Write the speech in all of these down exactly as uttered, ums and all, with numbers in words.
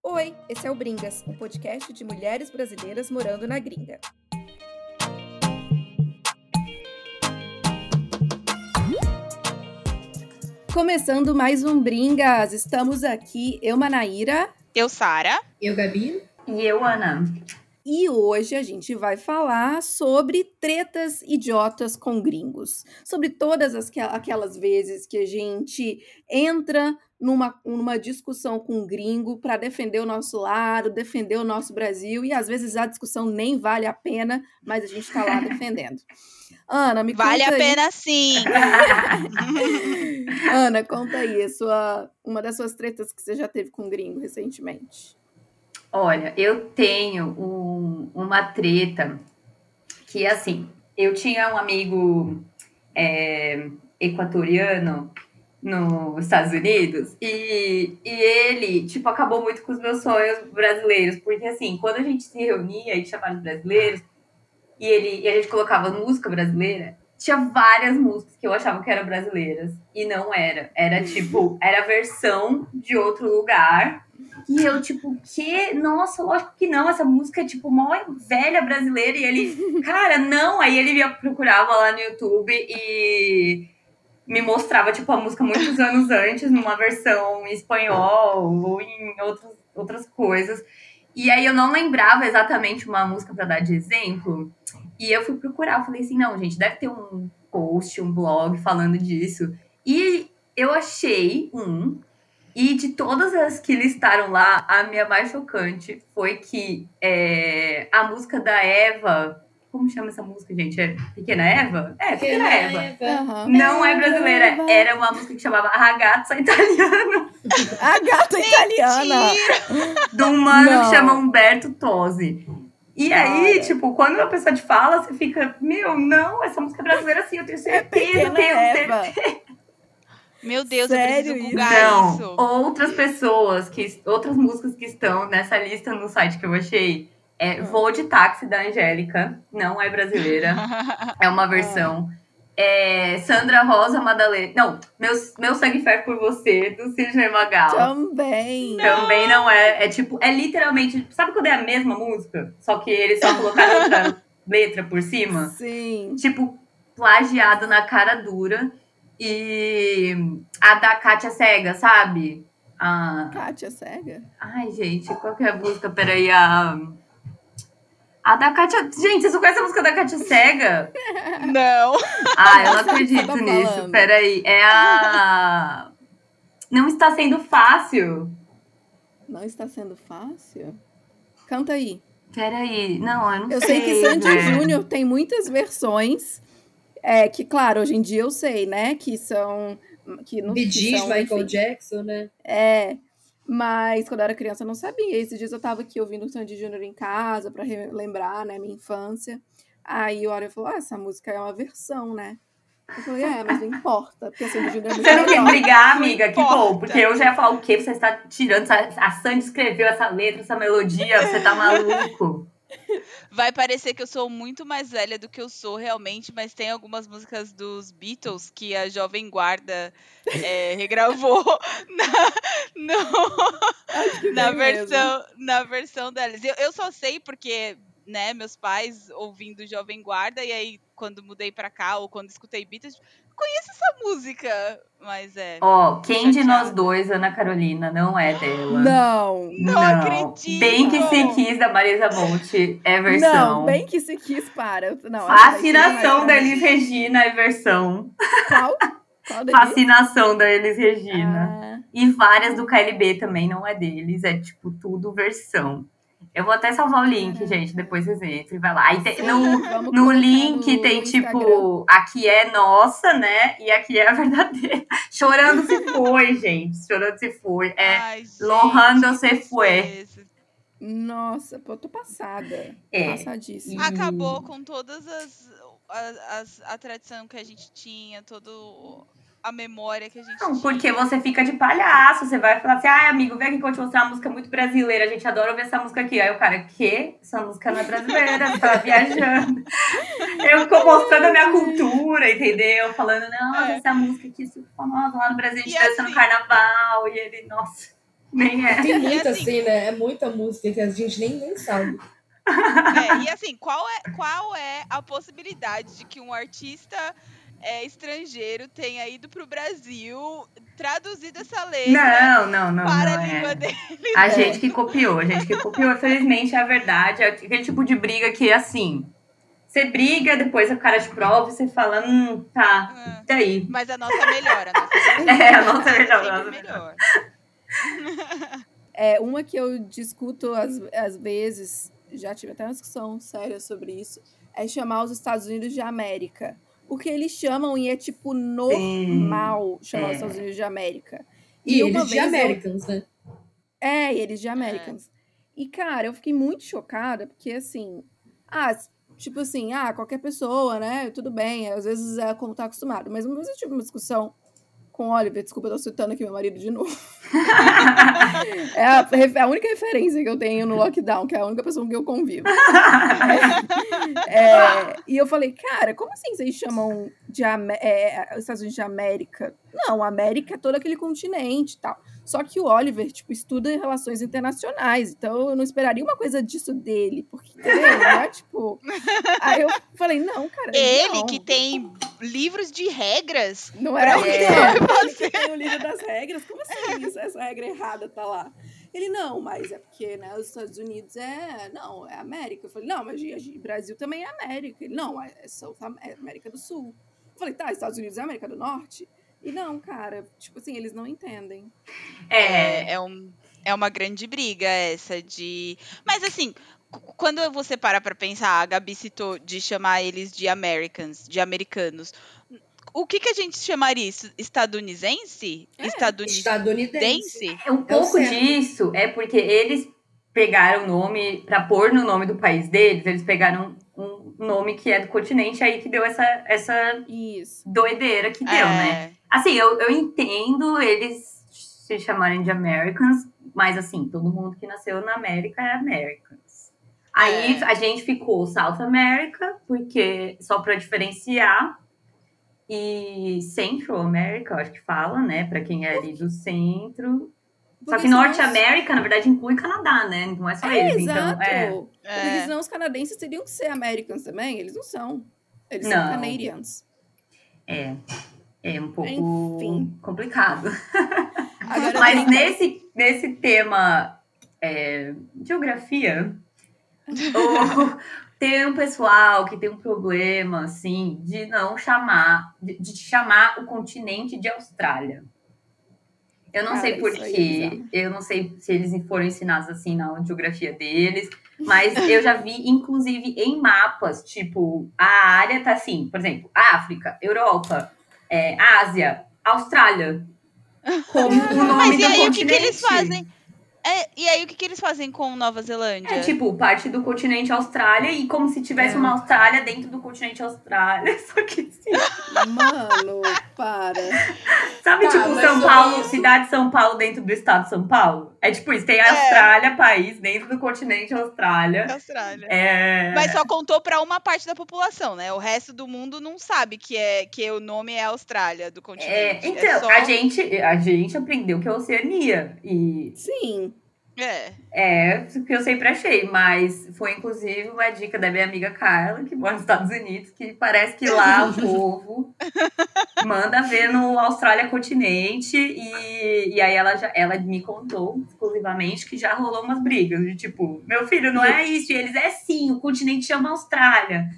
Oi, esse é o Bringas, um podcast de mulheres brasileiras morando na gringa. Começando mais um Bringas, estamos aqui, eu, Manaíra. Eu, Sara. Eu, Gabi. E eu, Ana. E hoje a gente vai falar sobre tretas idiotas com gringos. Sobre todas as, aquelas vezes que a gente entra numa, numa discussão com um gringo para defender o nosso lado, defender o nosso Brasil, e às vezes a discussão nem vale a pena, mas a gente está lá defendendo. Ana, me vale conta a aí. pena sim! Ana, conta aí a sua, uma das suas tretas que você já teve com um gringo recentemente. Olha, eu tenho um, uma treta que, assim, eu tinha um amigo é, equatoriano nos Estados Unidos e, e ele, tipo, acabou muito com os meus sonhos brasileiros, porque, assim, quando a gente se reunia e tinha vários brasileiros e, ele, e a gente colocava música brasileira, tinha várias músicas que eu achava que eram brasileiras e não era. Era, tipo, era a versão de outro lugar. E eu, tipo, que? Nossa, lógico que não. Essa música é, tipo, mó velha brasileira. E ele, cara, não. Aí ele me procurava lá no YouTube e me mostrava, tipo, a música muitos anos antes, numa versão em espanhol ou em outros, outras coisas. E aí eu não lembrava exatamente uma música pra dar de exemplo. E eu fui procurar. Eu falei assim, não, gente, deve ter um post, um blog falando disso. E eu achei um... E de todas as que listaram lá, a minha mais chocante foi que é, a música da Eva... Como chama essa música, gente? É Pequena Eva? É, Pequena, Pequena Eva. Eva. Uhum. Não é brasileira. Eva. Era uma música que chamava A Ragazza Italiana. A Gata Italiana! De um mano Não. que chama Umberto Tozzi. E aí, Cara. tipo, quando uma pessoa te fala, você fica... Meu, não, essa música é brasileira sim, eu tenho certeza. É eu tenho Eva. certeza. Meu Deus, Sério? eu preciso googar então, isso. Outras pessoas, que, outras músicas que estão nessa lista no site que eu achei, é hum. Voo de Táxi, da Angélica, não é brasileira, é uma versão. É Sandra Rosa Madalena, não, meu, meu Sangue Ferve por Você, do Sidney Magal. Também. Também não é, é tipo, é literalmente, sabe quando é a mesma música? Só que eles só colocaram outra letra por cima? Sim. Tipo, plagiado na cara dura. E a da Kátia Cega, sabe? A... Kátia Cega? Ai, gente, qual que é a música? Peraí, a... A da Kátia... Gente, vocês não conhecem a música da Kátia Cega? Não. Ah, eu não acredito tá nisso. Falando. Peraí, é a... Não está sendo fácil. Não está sendo fácil? Canta aí. Peraí, não, eu não eu sei. Eu sei que Sandy né? Júnior tem muitas versões... É, que, claro, hoje em dia eu sei, né, que são... Que não, Bee Gees, são, Michael enfim, Jackson, né? É, mas quando eu era criança eu não sabia. Esses dias eu tava aqui ouvindo o Sandy Júnior em casa pra relembrar, né, minha infância. Aí o Aura falou, ah, essa música é uma versão, né? Eu falei, é, mas não importa, porque a Sandy Júnior é muito Você não quer brigar, amiga? Não que importa. bom, porque eu já ia falar o quê? Você está tirando, a Sandy escreveu essa letra, essa melodia, você tá maluco. Vai parecer que eu sou muito mais velha do que eu sou realmente, mas tem algumas músicas dos Beatles que a Jovem Guarda é, regravou na, no, na, versão, na versão delas. Eu, eu só sei porque, né, meus pais ouvindo Jovem Guarda, e aí quando mudei pra cá, ou quando escutei Beatles, conheço essa música, mas é... Ó, quem chateada. de nós dois, Ana Carolina, não é dela? Não! Não, não acredito! Bem que se quis, da Marisa Monte, é versão. Não, bem que se quis, para. Não, Fascinação da Elis Regina é versão. Qual? Qual Fascinação da Elis Regina. Ah. E várias do K L B também não é deles, é tipo tudo versão. Eu vou até salvar o link, Caraca. gente, depois vocês entram e vai lá. Aí tem, Sim, no no link no, tem no tipo, aqui é nossa, né? E aqui é a verdadeira. Chorando se foi, gente. Chorando se foi. É Ai, gente, Lohando se foi. Nossa, pô, tô passada. É. Passadíssima. Acabou com todas as, as, as a tradição que a gente tinha, todo a memória que a gente Não, tinha. porque você fica de palhaço, você vai falar assim, ai, amigo, vem aqui que eu vou te mostrar uma música muito brasileira, a gente adora ouvir essa música aqui. Aí o cara, que? Essa música não é brasileira, você tava viajando. Eu fico mostrando a minha cultura, entendeu? Falando, não, É. essa música aqui é super famosa lá no Brasil, a gente E dança assim- no carnaval, e ele, nossa, Nem é. Tem E muita, assim, assim, né? É muita música que a gente nem, nem sabe. é, e assim, qual é, qual é a possibilidade de que um artista é, estrangeiro tenha ido pro Brasil, traduzido essa letra Não, não, não, para não a língua é. dele? A É. gente que copiou, a gente que copiou. Infelizmente, é a verdade. É aquele tipo de briga que, assim, você briga, depois o cara te prova e você fala, hum, tá, Ah, e daí? Mas a nossa melhora, a nossa versão É, a é nossa sempre melhor, a nossa melhor. É uma que eu discuto às, às vezes, já tive até uma discussão séria sobre isso, é chamar os Estados Unidos de América. Porque eles chamam e é tipo normal chamar os Estados é. Unidos de América. E, E uma eles de vez eu- Americans, né? É, e eles de Americans. E, cara, eu fiquei muito chocada, porque assim, ah, s- tipo assim, ah, qualquer pessoa, né? Tudo bem, às vezes é como tá acostumado. Mas uma vez eu tive uma discussão com o Oliver, desculpa, eu tô citando aqui meu marido de novo. É a, ref- a única referência que eu tenho no lockdown, que é a única pessoa com que eu convivo. É, é, e eu falei, cara, como assim vocês chamam de Amé- é, os Estados Unidos de América? Não, América é todo aquele continente e tal. Só que o Oliver, tipo, estuda relações internacionais, então eu não esperaria uma coisa disso dele, porque, entendeu? Não é tipo... Aí eu falei, não, cara, Ele não. que tem livros de regras. Não é, pra é. o que É. vai Ele fazer. que tem o livro das regras. Como assim isso, essa regra errada tá lá? Ele, não, mas é porque, né, os Estados Unidos é... Não, é América. Eu falei, não, mas o Brasil também é América. Ele, não, é, South, é América do Sul. Eu falei, tá, Estados Unidos é América do Norte? E não, cara, tipo assim, eles não entendem. É, é, um, é uma grande briga essa de... Mas assim, cu- quando você para pra pensar, a Gabi citou de chamar eles de Americans, de americanos. O que que a gente chamaria isso? Estadunidense? É. Estadunidense? Estadunidense. É um É o pouco certo. disso é porque eles pegaram o nome, pra pôr no nome do país deles, eles pegaram um nome que é do continente, aí que deu essa, essa Isso. doideira que deu, né? É, Assim, eu, eu entendo eles se chamarem de Americans, mas assim, todo mundo que nasceu na América é Americans. Aí É. a gente ficou South America, porque só pra diferenciar, e Central America, eu acho que fala, né? Pra quem é ali do centro. Só Porque que senão Norte os- América, na verdade, inclui Canadá, né? Não é só eles. Exato! Então, é. Porque é. senão os canadenses teriam que ser Americans também. Eles não são. Eles Não. são Canadians. É. É um pouco Enfim. complicado. Agora Mas tem... nesse, nesse tema é, geografia, o- tem um pessoal que tem um problema, assim, de não chamar, de, de chamar o continente de Austrália. Eu não Cara, sei por isso aí é quê, bizarro. eu não sei se eles foram ensinados assim na aula de geografia deles, mas eu já vi, inclusive, em mapas, tipo, a área tá assim, por exemplo, África, Europa, é, Ásia, Austrália, como o nome Mas e do aí, o que continente. que eles fazem? É, e aí, o que que eles fazem com Nova Zelândia? É tipo, parte do continente Austrália e como se tivesse É. uma Austrália dentro do continente Austrália, só que assim, Mano, para. sabe, Tá, tipo, mas São sobre Paulo, isso- cidade de São Paulo dentro do estado de São Paulo? É tipo isso, tem a É. Austrália, país, dentro do continente Austrália. Austrália. É... Mas só contou pra uma parte da população, né? O resto do mundo não sabe que, é, que o nome é Austrália do É, continente. É, então, só... a, gente, a gente aprendeu que é Oceania. E Sim. É. é o que eu sempre achei, mas foi inclusive uma dica da minha amiga Carla, que mora nos Estados Unidos, que parece que lá o povo manda ver no Austrália continente. E, e aí ela, já, ela me contou exclusivamente que já rolou umas brigas. De tipo, meu filho, não é isso. E eles, é sim, o continente chama Austrália.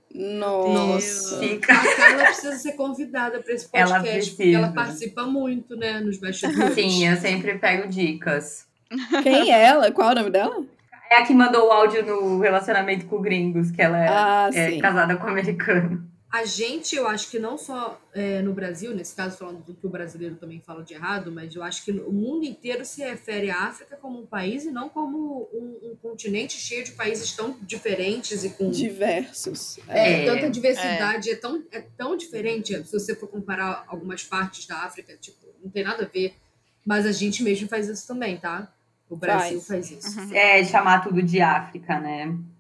Nossa. Fica. A Carla precisa ser convidada para esse Ela podcast, porque ela precisa. participa muito, né, nos bastidores. Sim, eu sempre pego dicas. Quem é ela? Qual é o nome dela? É a que mandou o áudio no relacionamento com gringos, que ela é, Ah, é sim. casada com um americano. A gente, eu acho que não só é, no Brasil, nesse caso falando do que o brasileiro também fala de errado, mas eu acho que o mundo inteiro se refere à África como um país e não como um, um continente cheio de países tão diferentes e com Diversos. é, É. tanta diversidade, é. tão, é tão diferente. Se você for comparar algumas partes da África, tipo, não tem nada a ver. Mas a gente mesmo faz isso também, tá? O Brasil faz, Faz. isso. Uhum. É, de chamar tudo de África, né?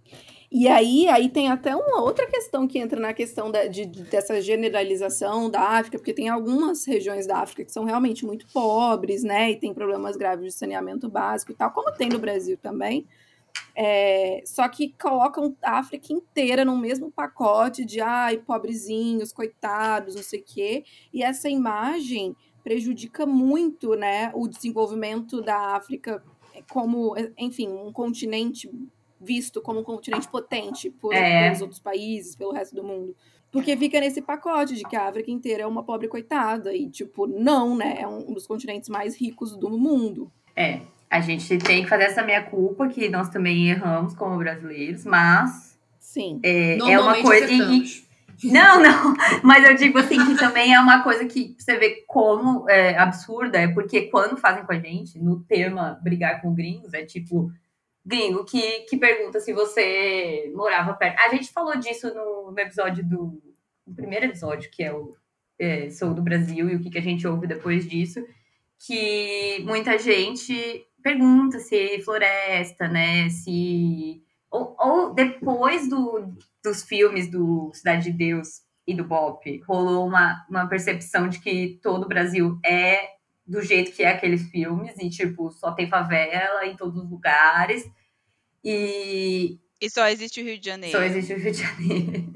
E aí, aí tem até uma outra questão que entra na questão da, de, dessa generalização da África, porque tem algumas regiões da África que são realmente muito pobres, né? E tem problemas graves de saneamento básico e tal, como tem no Brasil também. É, só que colocam a África inteira no mesmo pacote de ai, pobrezinhos, coitados, não sei o quê. E essa imagem prejudica muito, né, o desenvolvimento da África como, enfim, um continente visto como um continente potente por, É. pelos outros países, pelo resto do mundo. Porque fica nesse pacote de que a África inteira é uma pobre coitada. E, tipo, não, né? É um dos continentes mais ricos do mundo. É. A gente tem que fazer essa meia-culpa, que nós também erramos como brasileiros, mas... Sim. É, é uma Normalmente coisa... E, acertamos. e, não, não. Mas eu digo assim, que também é uma coisa que você vê como é absurda, é porque quando fazem com a gente, no tema brigar com gringos, é tipo... Gringo que, que pergunta se você morava perto. A gente falou disso no, no episódio do... No primeiro episódio, que é o é, Sou do Brasil, e o que, que a gente ouve depois disso, que muita gente pergunta se floresta, né? Se... Ou, ou depois do, dos filmes do Cidade de Deus e do Bop, rolou uma, uma percepção de que todo o Brasil é do jeito que é aqueles filmes, e, tipo, só tem favela em todos os lugares, e... E só existe o Rio de Janeiro. Só existe o Rio de Janeiro.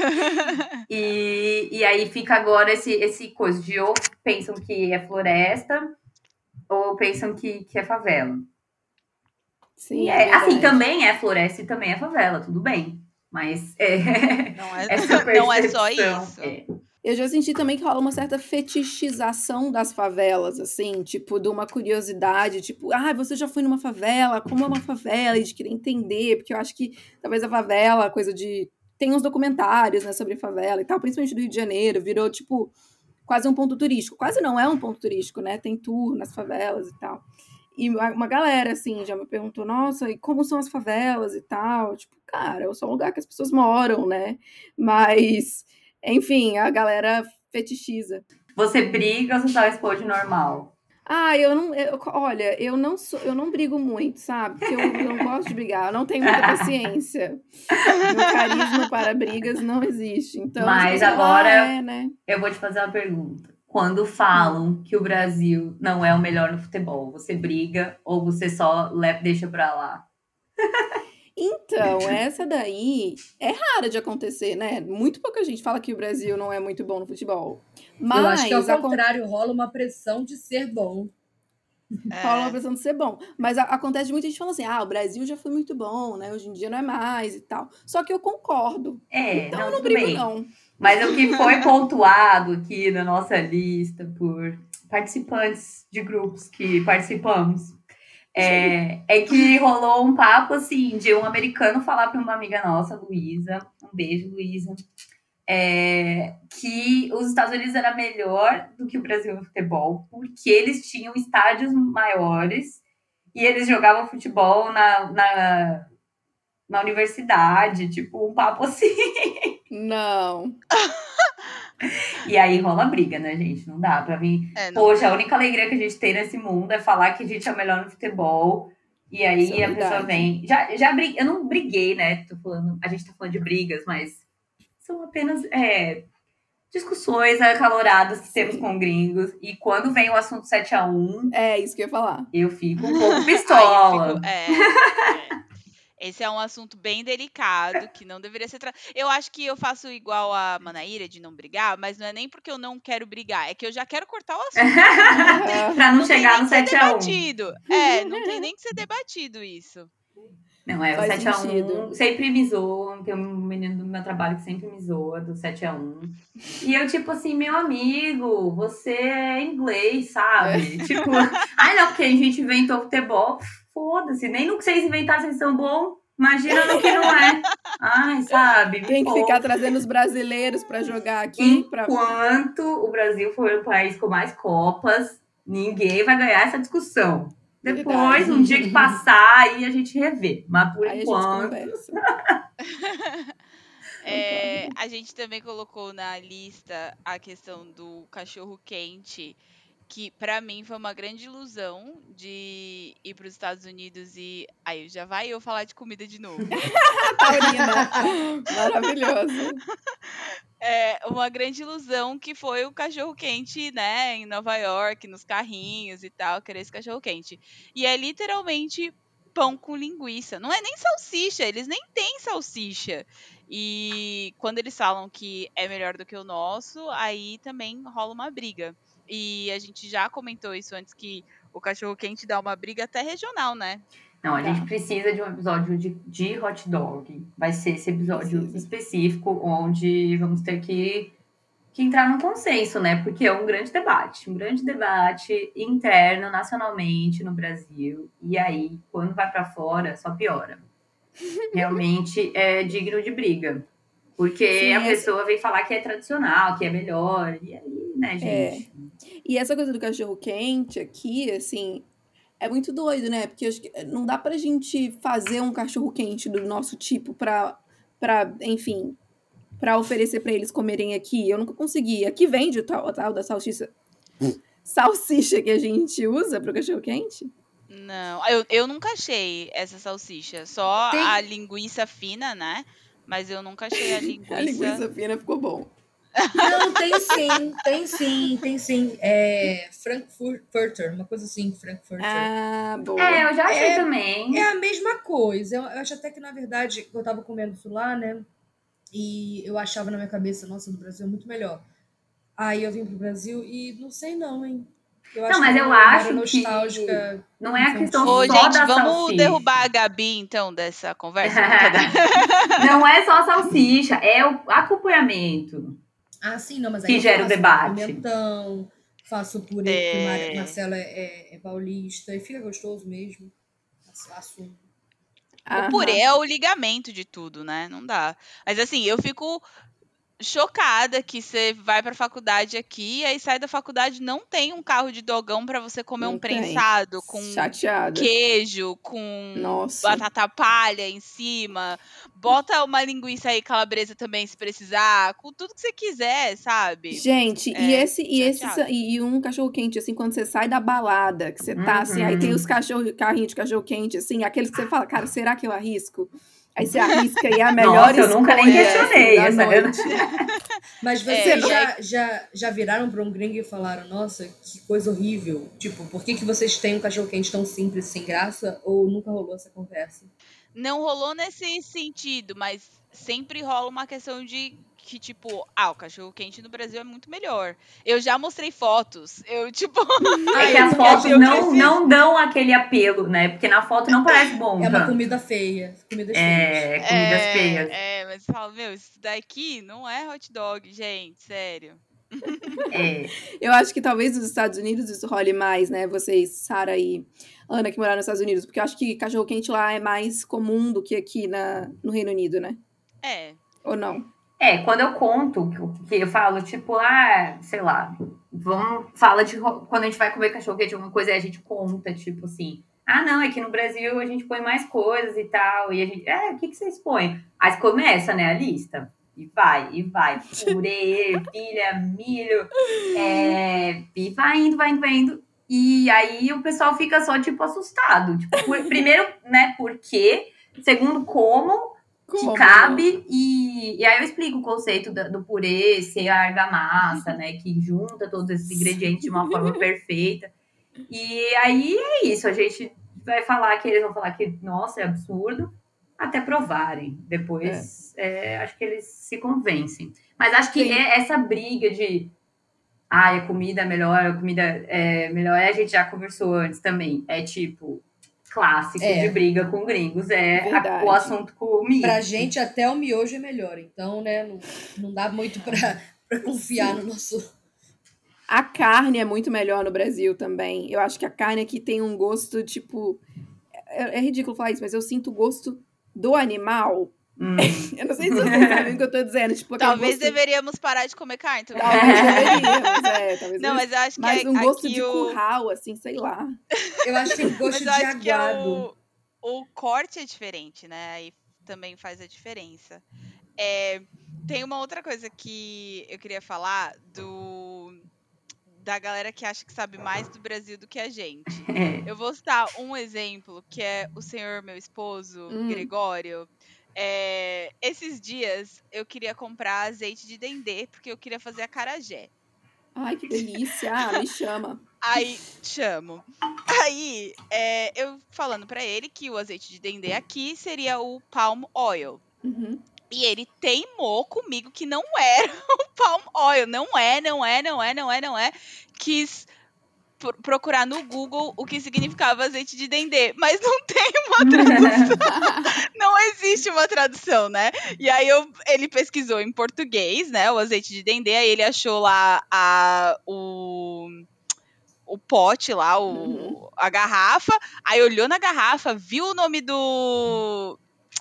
e, e aí fica agora esse, esse coisa de ou pensam que é floresta, ou pensam que, que é favela. Sim, é, é assim, verdade. também é floresta e também é favela, tudo bem. Mas é, Não é, essa não é só percepção, isso. é. Eu já senti também que rola uma certa fetichização das favelas, assim, tipo, de uma curiosidade, tipo, ah, você já foi numa favela? Como é uma favela? E de querer entender, porque eu acho que talvez a favela, coisa de... Tem uns documentários, né, sobre favela e tal, principalmente do Rio de Janeiro, virou, tipo, quase um ponto turístico. Quase não é um ponto turístico, né? Tem tour nas favelas e tal. E uma galera, assim, já me perguntou, nossa, e como são as favelas e tal? Tipo, cara, é só um lugar que as pessoas moram, né? Mas... Enfim, a galera fetichiza. Você briga ou você só responde normal? Ah, eu não. Eu, olha, eu não sou, eu não brigo muito, sabe? Porque eu, eu não gosto de brigar, eu não tenho muita paciência. Meu carisma para brigas não existe. Então, Mas tipo, agora ah, é, né? eu vou te fazer uma pergunta. Quando falam hum. que o Brasil não é o melhor no futebol, você briga ou você só leva, deixa pra lá? Então, essa daí é rara de acontecer, né? Muito pouca gente fala que o Brasil não é muito bom no futebol. Mas eu acho que ao contrário, rola uma pressão de ser bom. É. Rola uma pressão de ser bom. Mas a, acontece de muita gente falando assim, ah, o Brasil já foi muito bom, né? Hoje em dia não é mais e tal. Só que eu concordo. É, então não, eu não tudo brigo, bem. não. Mas o que foi pontuado aqui na nossa lista por participantes de grupos que participamos é, é que rolou um papo assim de um americano falar para uma amiga nossa, Luísa, um beijo, Luísa, é, que os Estados Unidos era melhor do que o Brasil no futebol, porque eles tinham estádios maiores e eles jogavam futebol na, na, na universidade, tipo, um papo assim. Não. E aí rola briga, né, gente? Não dá pra mim. É, não Poxa, dá. a única alegria que a gente tem nesse mundo é falar que a gente é o melhor no futebol. E aí Isso é a pessoa verdade. vem. Já, já briguei, eu não briguei, né? Tô falando, a gente tá falando de brigas, mas são apenas é, discussões acaloradas que Sim. temos com gringos. E quando vem o assunto sete a um, É isso que eu ia falar. eu fico um pouco pistola. Aí eu fico, é, é. Esse é um assunto bem delicado, que não deveria ser tratado. Eu acho que eu faço igual a Manaíra, de não brigar, mas não é nem porque eu não quero brigar, é que eu já quero cortar o assunto. Não tem, Pra não, não tem chegar nem no que ser sete a um. debatido. É, não tem nem que ser debatido isso. Não, é, Faz o sete a um sentido. sempre me zoa. Tem um menino do meu trabalho que sempre me zoa do sete a um. E eu, tipo assim, meu amigo, você é inglês, sabe? É. Tipo, ai não, porque a gente inventou futebol. Foda-se, nem no que vocês inventaram vocês são bons. Imagina no que não é. Ai, sabe? Me Tem que ficar poupa. trazendo os brasileiros para jogar aqui. Pra... Enquanto o Brasil for o país com mais copas, ninguém vai ganhar essa discussão. Depois, Verdade. um dia que passar, aí a gente revê. Mas por Aí enquanto. a gente conversa. É, a gente também colocou na lista a questão do cachorro quente, que pra mim foi uma grande ilusão de ir para os Estados Unidos e aí já vai eu falar de comida de novo. Taurina, maravilhoso. É uma grande ilusão que foi o cachorro-quente, né, em Nova York, nos carrinhos e tal, querer esse cachorro-quente. E é literalmente pão com linguiça. Não é nem salsicha, eles nem têm salsicha. E quando eles falam que é melhor do que o nosso, aí também rola uma briga. E a gente já comentou isso antes, que o cachorro-quente dá uma briga até regional, né? Não, a Tá. gente precisa de um episódio de, de hot dog. Vai ser esse episódio Precisa. específico, onde vamos ter que, que entrar num consenso, né? Porque é um grande debate, um grande debate interno, nacionalmente, no Brasil. E aí, quando vai para fora, só piora. Realmente é digno de briga. Porque Sim, a essa- pessoa vem falar que é tradicional, que é melhor. E aí, né, gente? E essa coisa do cachorro quente aqui, assim, é muito doido, né? Porque acho que não dá pra gente fazer um cachorro quente do nosso tipo pra, pra enfim, pra oferecer pra eles comerem aqui. Eu nunca consegui. Aqui vende o tal, o tal da salsicha, salsicha que a gente usa pro cachorro quente? Não, eu, eu nunca achei essa salsicha. Só Tem- a linguiça fina, né? Mas eu nunca achei a linguiça. A linguiça fina ficou bom. Não, tem sim, tem sim, tem sim. É Frankfurter, uma coisa assim, Frankfurter. Ah, boa. É, eu já achei É- também. É a mesma coisa. Eu, eu acho até que, na verdade, eu tava comendo isso lá, né? E eu achava na minha cabeça, nossa, no Brasil é muito melhor. Aí eu vim pro Brasil e não sei não, hein? Eu Não, acho mas que é eu uma memória acho que nostálgica. não é a questão infantil. Ô, só gente, da vamos salsicha. derrubar a Gabi, então, dessa conversa. Brincadeira. Não é só a salsicha, é o acompanhamento. Ah, sim, não, mas aí Que eu gera o faço, debate. boto pimentão, faço purê, porque Mar É. Marcela é, é paulista e fica gostoso mesmo. Faço. O purê é o ligamento de tudo, né? Não dá. Mas assim, eu fico chocada que você vai pra faculdade aqui e aí sai da faculdade não tem um carro de dogão pra você comer Não um tem. prensado com Chateada. queijo, com Nossa. batata palha em cima. Bota uma linguiça aí calabresa também se precisar, com tudo que você quiser, sabe? Gente, e É, esse e esse chateada. e um cachorro quente assim quando você sai da balada, que você tá assim, aí tem Uhum. os cachorro carrinho de cachorro quente assim, aqueles que você fala, cara, será que eu arrisco? Aí você arrisca e é a melhor Nossa, eu nunca nem escolha, questionei assim, da essa- eu- noite. Mas É, vocês e já, já, já viraram para um gringo e falaram, nossa, que coisa horrível. Tipo, por que, que vocês têm um cachorro quente tão simples, sem graça? Ou nunca rolou essa conversa? Não rolou nesse sentido, mas sempre rola uma questão de que, tipo, ah, o cachorro quente no Brasil é muito melhor. Eu já mostrei fotos. Eu, tipo. É que Ah, as eu- fotos eu não, preciso- não dão aquele apelo, né? Porque na foto não parece bom. É uma tanto. comida feia. Comidas feias. É, comidas é, feias. É, mas eu falo, meu, isso daqui não é hot dog, gente, sério. É. Eu acho que talvez nos Estados Unidos isso role mais, né? Vocês, Sara e Ana, que moraram nos Estados Unidos, porque eu acho que cachorro quente lá é mais comum do que aqui na, no Reino Unido, né? É. Ou não? É, quando eu conto, que- que eu falo, tipo, ah, sei lá, vamos, fala de, ro- quando a gente vai comer cachorro quente, alguma coisa, aí a gente conta, tipo assim, ah, não, é que no Brasil a gente põe mais coisas e tal, e a gente, é, o que, que vocês põem? Aí começa, né, a lista, e vai, e vai, purê, ervilha, milho, é, e vai indo, vai indo, vai indo, e aí o pessoal fica só, tipo, assustado, tipo, por- primeiro, né, por quê, segundo, como, que Como, cabe, e, e aí eu explico o conceito da- do purê ser a argamassa, né, que junta todos esses ingredientes de uma forma perfeita. E aí é isso, a gente vai falar que eles vão falar que, nossa, é absurdo, até provarem. Depois, é, acho que eles se convencem. Mas acho que Sim. é essa briga de, ah, a comida é melhor, a comida é melhor, a gente já conversou antes também. É tipo, clássico É. de briga com gringos, é a- Verdade. o assunto comida. Pra gente, até o miojo é melhor. Então, né, não, não dá muito pra, pra confiar no nosso. A carne é muito melhor no Brasil também. Eu acho que a carne aqui tem um gosto, tipo. É, é ridículo falar isso, mas eu sinto o gosto do animal. Hum. Eu não sei se vocês sabem o que eu tô dizendo. Tipo, aquele Talvez gosto... deveríamos parar de comer carne. Tô Talvez deveríamos, é. Talvez Não, deveríamos. mas eu acho que Mas é- um gosto aqui de o- curral, assim, sei lá. Eu acho que tem gosto Mas de eu acho que é aguado. o, o corte é diferente, né? Aí também faz a diferença. É, tem uma outra coisa que eu queria falar do da galera que acha que sabe mais do Brasil do que a gente. É. Eu vou citar um exemplo, que é o senhor, meu esposo, Hum. Gregório. É, esses dias eu queria comprar azeite de dendê, porque eu queria fazer acarajé. Ai, que delícia. Ah, me chama. Aí, chamo. Aí, é, eu falando pra ele que o azeite de dendê aqui seria o palm oil. Uhum. E ele teimou comigo que não era o palm oil. Não é, não é, não é, não é, não é. Quis pro- procurar no Google o que significava azeite de dendê. Mas não tem uma tradução. Não existe uma tradução, né? E aí eu, ele pesquisou em português, né? O azeite de dendê. Aí ele achou lá a, o, o pote lá, o, Uhum. a garrafa. Aí olhou na garrafa, viu o nome do...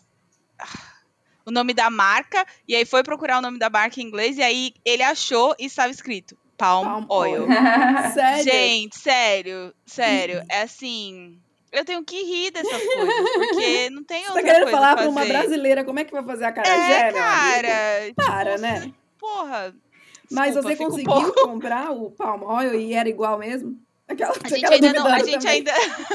o nome da marca, e aí foi procurar o nome da marca em inglês, e aí ele achou e estava escrito Palm, Palm Oil. oil. Sério? Gente, sério, sério, é assim... Eu tenho que rir dessas coisas, porque não tem Você tá outra querendo coisa falar a pra uma fazer. brasileira como é que vai fazer acarajé, É, meu amigo? cara, Para, tipo, né? cê- porra. Mas Desculpa, você fico um conseguiu pouco... comprar o palm oil e era igual mesmo? Aquela, A gente aquela ainda não, a duvidando gente também. ainda,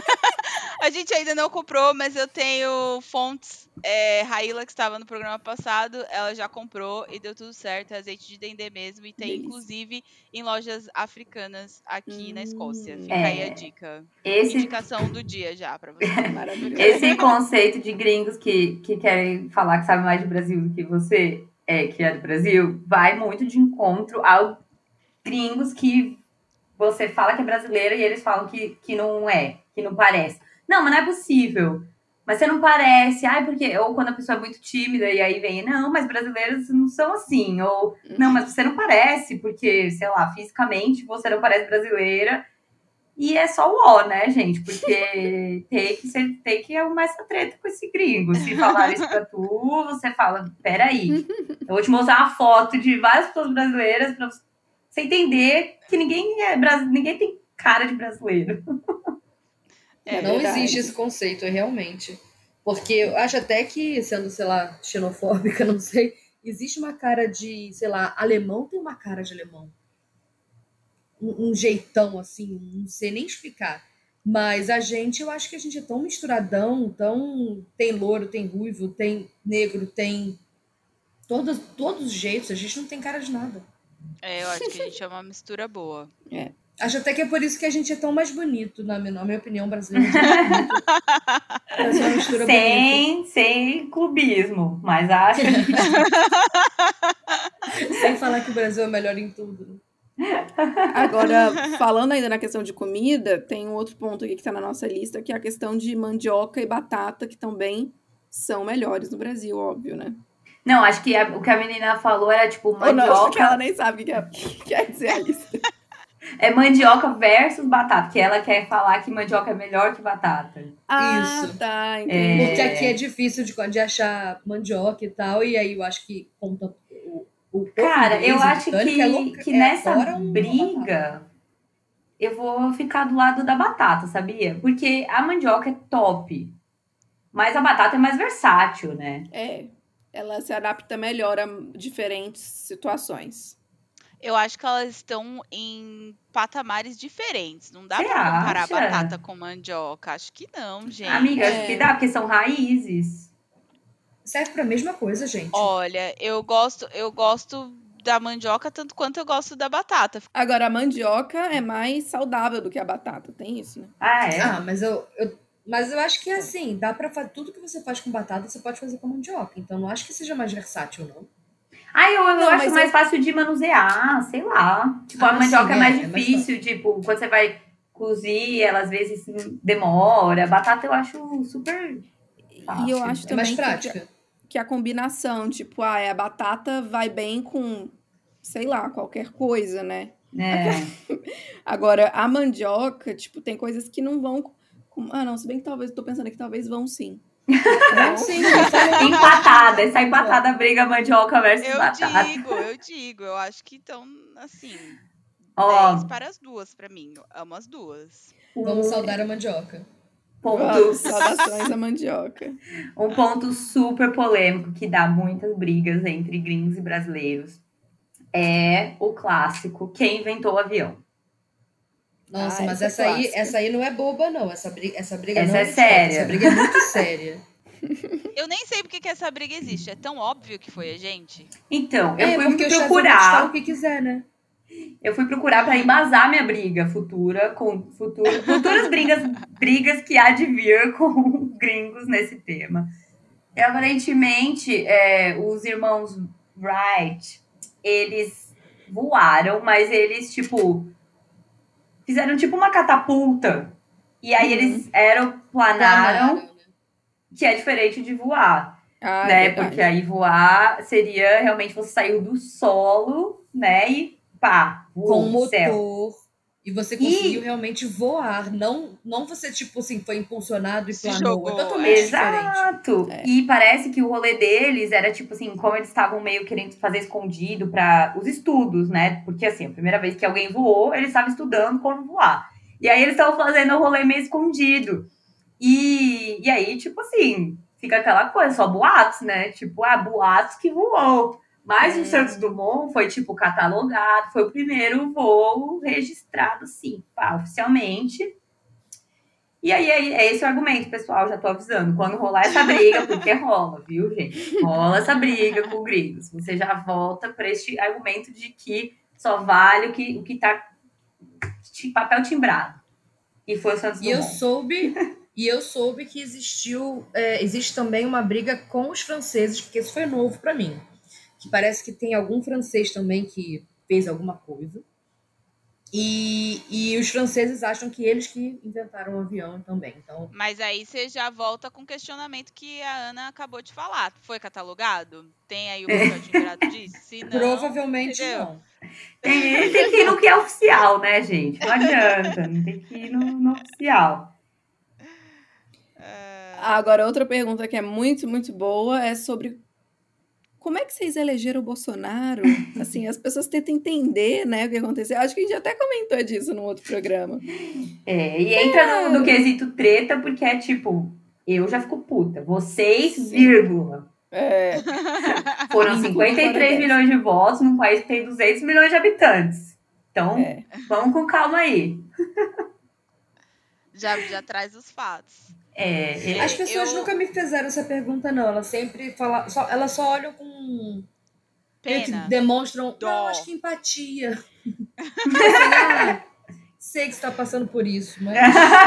a gente ainda não comprou, mas eu tenho fontes. É, Raíla, que estava no programa passado, ela já comprou e deu tudo certo. É azeite de dendê mesmo e tem Delícia. inclusive em lojas africanas aqui na Escócia. Hum, Fica aí a É, dica. esse, Indicação do dia já pra você. maravilhoso. esse conceito de gringos que, que querem falar que sabe mais de Brasil do que você, é, que é do Brasil, vai muito de encontro aos gringos que você fala que é brasileira e eles falam que, que não é, que não parece. Não, mas não é possível. Mas você não parece. Ai, porque... Ou quando a pessoa é muito tímida e aí vem, não, mas brasileiros não são assim. Ou, não, mas você não parece, porque, sei lá, fisicamente você não parece brasileira. E é só o ó, né, gente? Porque tem que, ser, tem que arrumar essa treta com esse gringo. Se falar isso pra tu, você fala, peraí, eu vou te mostrar uma foto de várias pessoas brasileiras pra você entender que ninguém é brasileiro, ninguém tem cara de brasileiro. É Não verdade. existe esse conceito, realmente. Porque eu acho até que, sendo, sei lá, xenofóbica, não sei, existe uma cara de, sei lá, alemão tem uma cara de alemão. Um, um jeitão, assim, não sei nem explicar. Mas a gente, eu acho que a gente é tão misturadão, tão... Tem louro, tem ruivo, tem negro, tem... Todos, todos os jeitos, a gente não tem cara de nada. É, eu acho que a gente é uma mistura boa. É. Acho até que é por isso que a gente é tão mais bonito, na minha, na minha opinião, brasileiro. É muito bonito. Parece uma mistura bonita. Sem, sem clubismo, mas acho que a gente... Sem falar que o Brasil é melhor em tudo. Agora, falando ainda na questão de comida, tem um outro ponto aqui que tá na nossa lista, que é a questão de mandioca e batata, que também são melhores no Brasil, óbvio, né? Não, acho que a- o que a menina falou era tipo Ou não, mandioca. porque ela nem sabe o que, é, que quer dizer a lista. É mandioca versus batata, que ela quer falar que mandioca é melhor que batata. Ah, Isso. tá, entendi. Porque aqui é difícil de, de achar mandioca e tal, e aí eu acho que conta o, o povo Cara, inglês eu e acho britânico que, é louca, que é, nessa adora uma batata. briga eu vou ficar do lado da batata, sabia? Porque a mandioca é top, mas a batata é mais versátil, né? É, ela se adapta melhor a diferentes situações. Eu acho que elas estão em patamares diferentes. Não dá Você pra comparar acha? batata com mandioca. Acho que não, gente. Amiga, acho que É. dá, porque são raízes. Serve pra mesma coisa, gente. Olha, eu gosto, eu gosto da mandioca tanto quanto eu gosto da batata. Agora, a mandioca é mais saudável do que a batata, tem isso, né? Ah, é? Ah, mas eu, eu, mas eu acho que é assim, dá pra fazer tudo que você faz com batata, você pode fazer com mandioca. Então não acho que seja mais versátil, não. Ah, eu, eu Não, acho mas mais eu- fácil de manusear, sei lá. Tipo, a Ah, mandioca sim, é mais é, é mais difícil, tipo, quando você vai cozir, ela às vezes demora. Batata eu acho super fácil. E eu acho É mais também que, prática. que a combinação, tipo, ah, a batata vai bem com, sei lá, qualquer coisa, né? É. Agora, a mandioca, tipo, tem coisas que não vão com... Ah, não, se bem que talvez, tô pensando que talvez vão sim. Não, sim, eu falei. Empatada, essa empatada briga mandioca versus Eu batata. digo, eu digo, eu acho que estão assim, Ó, dez para as duas pra mim. Eu amo as duas. Vamos um saudar a mandioca. ponto, Vamos, saudações à mandioca. um ponto super polêmico que dá muitas brigas entre gringos e brasileiros é o clássico: quem inventou o avião? Nossa, Ah, mas essa é essa aí, clássica. essa aí não é boba, não. Essa briga, essa briga Essa não é é idiota, séria. essa briga é muito séria. Eu nem sei porque que essa briga existe. É tão óbvio que foi a gente. Então, eu É, fui porque os Estados Unidos falam o procurar, que quiser, né? eu fui procurar para embasar minha briga futura com futuro, futuras brigas, brigas que há de vir com gringos nesse tema. E, aparentemente, é, os irmãos Wright, eles voaram, mas eles, tipo, fizeram tipo uma catapulta. E aí Uhum. eles aeroplanaram, Planaram, né? que é diferente de voar, Ah, é né? verdade. Porque aí voar seria realmente você saiu do solo, né? E pá, voou Com no céu. motor. E você E- conseguiu realmente voar. Não, não você, tipo assim, foi impulsionado e Se planou. jogou, é totalmente é. diferente. Exato! É. E parece que o rolê deles era tipo assim, como eles estavam meio querendo fazer escondido para os estudos, né? Porque assim, a primeira vez que alguém voou, eles estavam estudando como voar. E aí eles estavam fazendo o rolê meio escondido. E, e aí, tipo assim, fica aquela coisa, só boatos, né? Tipo, ah, boatos que voou. Mas Hum. o Santos Dumont foi, tipo, catalogado, foi o primeiro voo registrado, sim, pá, oficialmente. E aí, é, é esse o argumento, pessoal, já tô avisando. Quando rolar essa briga, porque rola, viu, gente? Rola essa briga com gringos. Você já volta para este argumento de que só vale o que, o que tá de papel timbrado. E foi o Santos E eu Dumont. soube, e eu soube que existiu, é, existe também uma briga com os franceses, porque isso foi novo para mim. Que parece que tem algum francês também que fez alguma coisa. E, e os franceses acham que eles que inventaram o avião também. Então, Mas aí você já volta com o questionamento que a Ana acabou de falar. Foi catalogado? Tem aí o papel timbrado disso? Se não, provavelmente entendeu? não. Tem, tem que ir no que é oficial, né, gente? Não adianta, não tem que ir no, no oficial. É, Agora, outra pergunta que é muito, muito boa é sobre como é que vocês elegeram o Bolsonaro? Assim, as pessoas tentam entender, né, o que aconteceu. Acho que a gente até comentou disso num outro programa. É, e entra no, no quesito treta, porque é tipo, eu já fico puta. Vocês, Sim. vírgula. É, Foram me inclua cinquenta e fora três dessa. milhões de votos num país que tem duzentos milhões de habitantes. Então, É. vamos com calma aí. já, já traz os fatos. É, É, As pessoas eu- nunca me fizeram essa pergunta, não. Elas sempre falam, só, elas só olham com. Meio que Pena. demonstram, Dó. não, acho que empatia. Assim, ah, sei que você tá passando por isso, mas.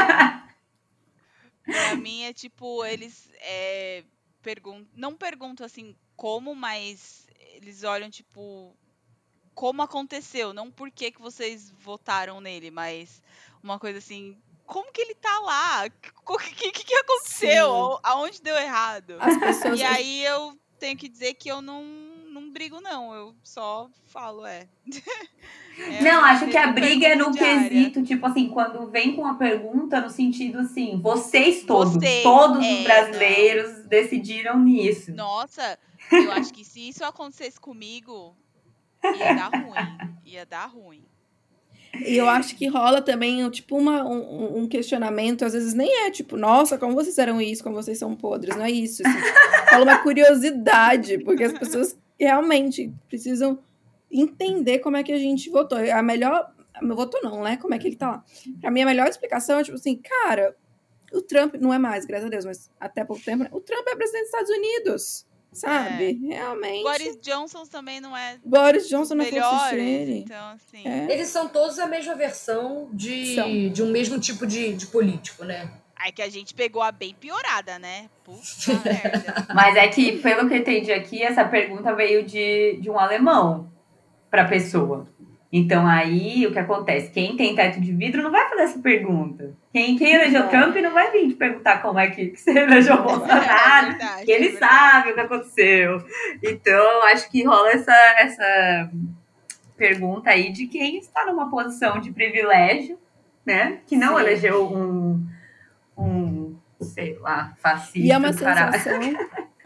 Pra mim é tipo, eles é, pergun não perguntam assim como, mas eles olham tipo como aconteceu, não por que que vocês votaram nele, mas uma coisa assim, como que ele tá lá? O que, que, que aconteceu? Sim. Ao- Aonde deu errado? As pessoas. E aí eu tenho que dizer que eu não, não brigo, não. Eu só falo, é. É Não, minha acho que a mesma briga é pergunta no diária. quesito, tipo assim, quando vem com a pergunta no sentido assim, vocês todos, Vocês, todos é, os brasileiros decidiram nisso. Nossa, eu acho que se isso acontecesse comigo, ia dar ruim. Ia dar ruim. E eu acho que rola também, tipo, uma, um, um questionamento, às vezes nem é tipo, nossa, como vocês fizeram isso, como vocês são podres, não é isso. Assim, tipo, rola uma curiosidade, porque as pessoas realmente precisam entender como é que a gente votou. A melhor. Votou não, né? Como é que ele tá lá. Pra mim, a melhor explicação é, tipo assim, cara, o Trump, não é mais, graças a Deus, mas até pouco tempo, né? O Trump é presidente dos Estados Unidos, sabe? Realmente. Boris Johnson também não é Boris dos Johnson não é melhores, fosse então assim. É. Eles são todos a mesma versão de, São. de um mesmo tipo de, de político, né? Aí que a gente pegou a bem piorada, né? Puta merda. Mas é que, pelo que eu entendi aqui, essa pergunta veio de, de um alemão para a pessoa. Então, aí, o que acontece? Quem tem teto de vidro não vai fazer essa pergunta. Quem, quem elegeu Vai. Trump não vai vir te perguntar como é que, que você elegeu Bolsonaro. É verdade, que ele é verdade. sabe o que aconteceu. Então, acho que rola essa, essa pergunta aí de quem está numa posição de privilégio, né? Que não Sim. elegeu um, um, sei lá, fascista E é uma do caralho. sensação.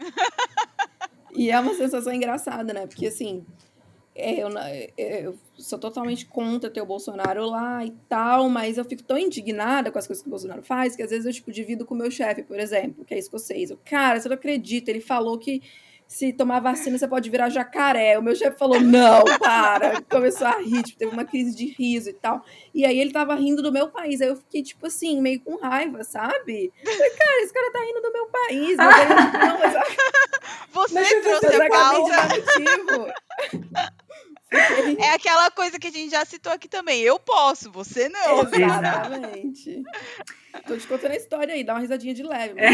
E é uma sensação engraçada, né? Porque assim, é, eu, na- é, eu sou totalmente contra ter o Bolsonaro lá e tal, mas eu fico tão indignada com as coisas que o Bolsonaro faz que às vezes eu tipo, divido com o meu chefe, por exemplo, que é escocês. Eu, cara, você não acredita, ele falou que se tomar vacina você pode virar jacaré. O meu chefe falou, não, para. Começou a rir, tipo, teve uma crise de riso e tal. E aí ele tava rindo do meu país. Aí eu fiquei, tipo assim, meio com raiva, sabe? Falei, cara, esse cara tá rindo do meu país. Mas aí eu, tipo, não, mas, Você Mas eu trouxe mas a acabei de pauta. dar motivo. Fiquei... É aquela coisa que a gente já citou aqui também. Eu posso, você não. Exatamente. Tô te contando a história aí, dá uma risadinha de leve. Mas...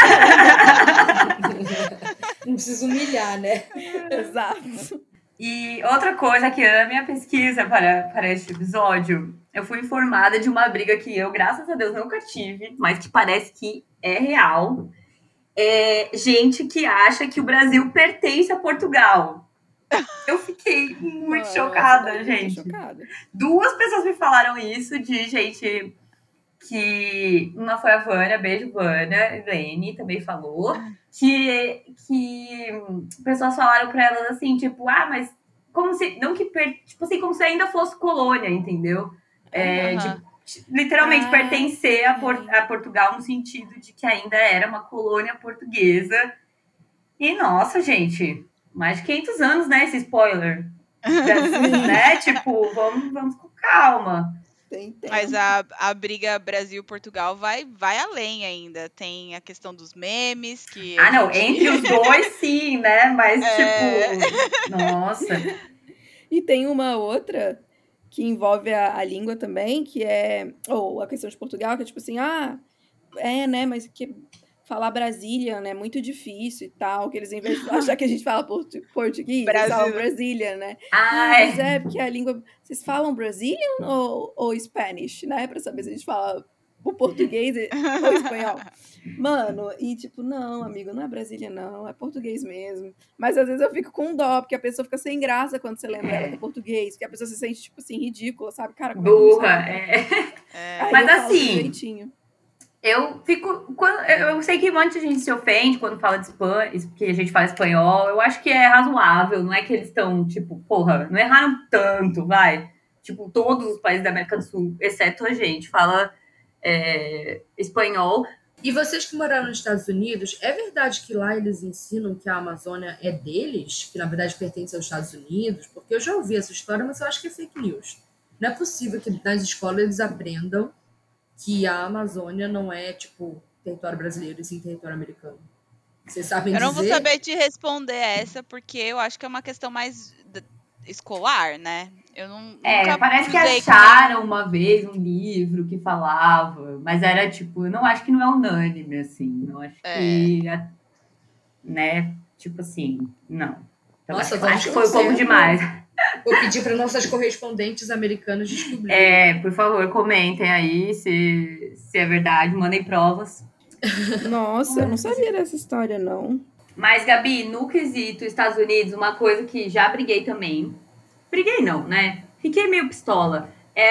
Não precisa humilhar, né? Exato. E outra coisa que na minha pesquisa para, para este episódio, eu fui informada de uma briga que eu, graças a Deus, nunca tive, mas que parece que é real. É gente que acha que o Brasil pertence a Portugal. Eu fiquei muito Mano, chocada, essa daí eu tô gente. chocada. Duas pessoas me falaram isso, de gente que... Uma foi a Vânia, beijo, Vânia. Lene também falou. Que, que pessoas falaram pra elas assim, tipo, ah, mas como se... Não que... Per, tipo assim, como se ainda fosse colônia, entendeu? É, Aham. de, literalmente Ah, pertencer a, sei. Por, a Portugal no sentido de que ainda era uma colônia portuguesa. E, nossa, gente, mais de quinhentos anos, né, esse spoiler. Né? Tipo, vamos, vamos com calma. Tem tempo. Mas a, a briga Brasil-Portugal vai, vai além ainda. Tem a questão dos memes, que a Ah, não, gente... entre os dois, sim, né? Mas, É. tipo, nossa. E tem uma outra que envolve a, a língua também, que é... Ou a questão de Portugal, que é tipo assim, ah, é, né, mas que falar Brasília, né, é muito difícil e tal, que eles, em vez de achar que a gente fala portu, português, eles falam Brasil. Brasília, né? Ah, Ah, mas é. é, porque a língua... Vocês falam Brazilian ou, ou Spanish, né? Pra saber se a gente fala o português ou espanhol. Mano, e tipo, não, amigo, não é Brasília, não, é português mesmo. Mas às vezes eu fico com dó, porque a pessoa fica sem graça quando você lembra É. ela que é português, porque a pessoa se sente, tipo assim, ridícula, sabe? Cara, como é que eu não Burra, sabia? é. É. Aí Mas eu falo do assim, jeitinho. eu fico. Quando, eu eu sei que um monte de gente se ofende quando fala de espanhol, que a gente fala espanhol. Eu acho que é razoável, não é que eles estão, tipo, porra, não erraram tanto, vai. Tipo, todos os países da América do Sul, exceto a gente, fala é, espanhol. E vocês que moraram nos Estados Unidos, é verdade que lá eles ensinam que a Amazônia é deles? Que na verdade pertence aos Estados Unidos? Porque eu já ouvi essa história, mas eu acho que é fake news. Não é possível que nas escolas eles aprendam que a Amazônia não é, tipo, território brasileiro, e sim território americano. Vocês sabem Eu não vou dizer? saber te responder essa, porque eu acho que é uma questão mais d- escolar, né? Eu não, É, nunca parece que cruzei com acharam nenhum... uma vez um livro que falava, mas era tipo, eu não acho que não é unânime, assim. Não acho É. que, né, tipo assim, não. Então, Nossa, acho, vamos acho que foi um pouco torcer. demais. Vou pedir para nossas correspondentes americanas descobrirem. É, por favor, comentem aí se, se é verdade, mandem provas. Nossa, eu não sabia dessa história, não. Mas, Gabi, no quesito Estados Unidos, uma coisa que já briguei também. Briguei não, né? Fiquei meio pistola. É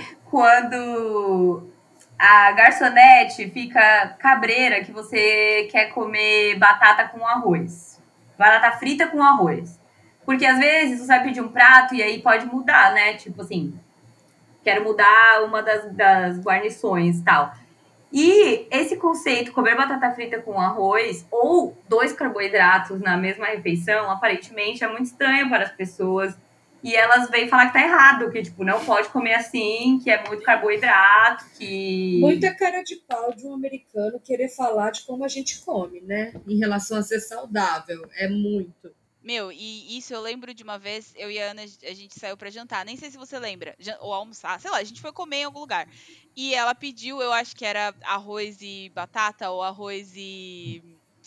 quando a garçonete fica cabreira que você quer comer batata com arroz. Batata frita com arroz. Porque às vezes você vai pedir um prato e aí pode mudar, né? Tipo assim, quero mudar uma das, das guarnições e tal. E esse conceito, comer batata frita com arroz ou dois carboidratos na mesma refeição, aparentemente é muito estranho para as pessoas. E elas vêm falar que tá errado, que tipo, não pode comer assim, que é muito carboidrato, que... Muita cara de pau de um americano querer falar de como a gente come, né? Em relação a ser saudável. É muito. Meu, e isso eu lembro de uma vez, eu e a Ana, a gente saiu pra jantar, nem sei se você lembra, jan- ou almoçar, sei lá, a gente foi comer em algum lugar. E ela pediu, eu acho que era arroz e batata, ou arroz e...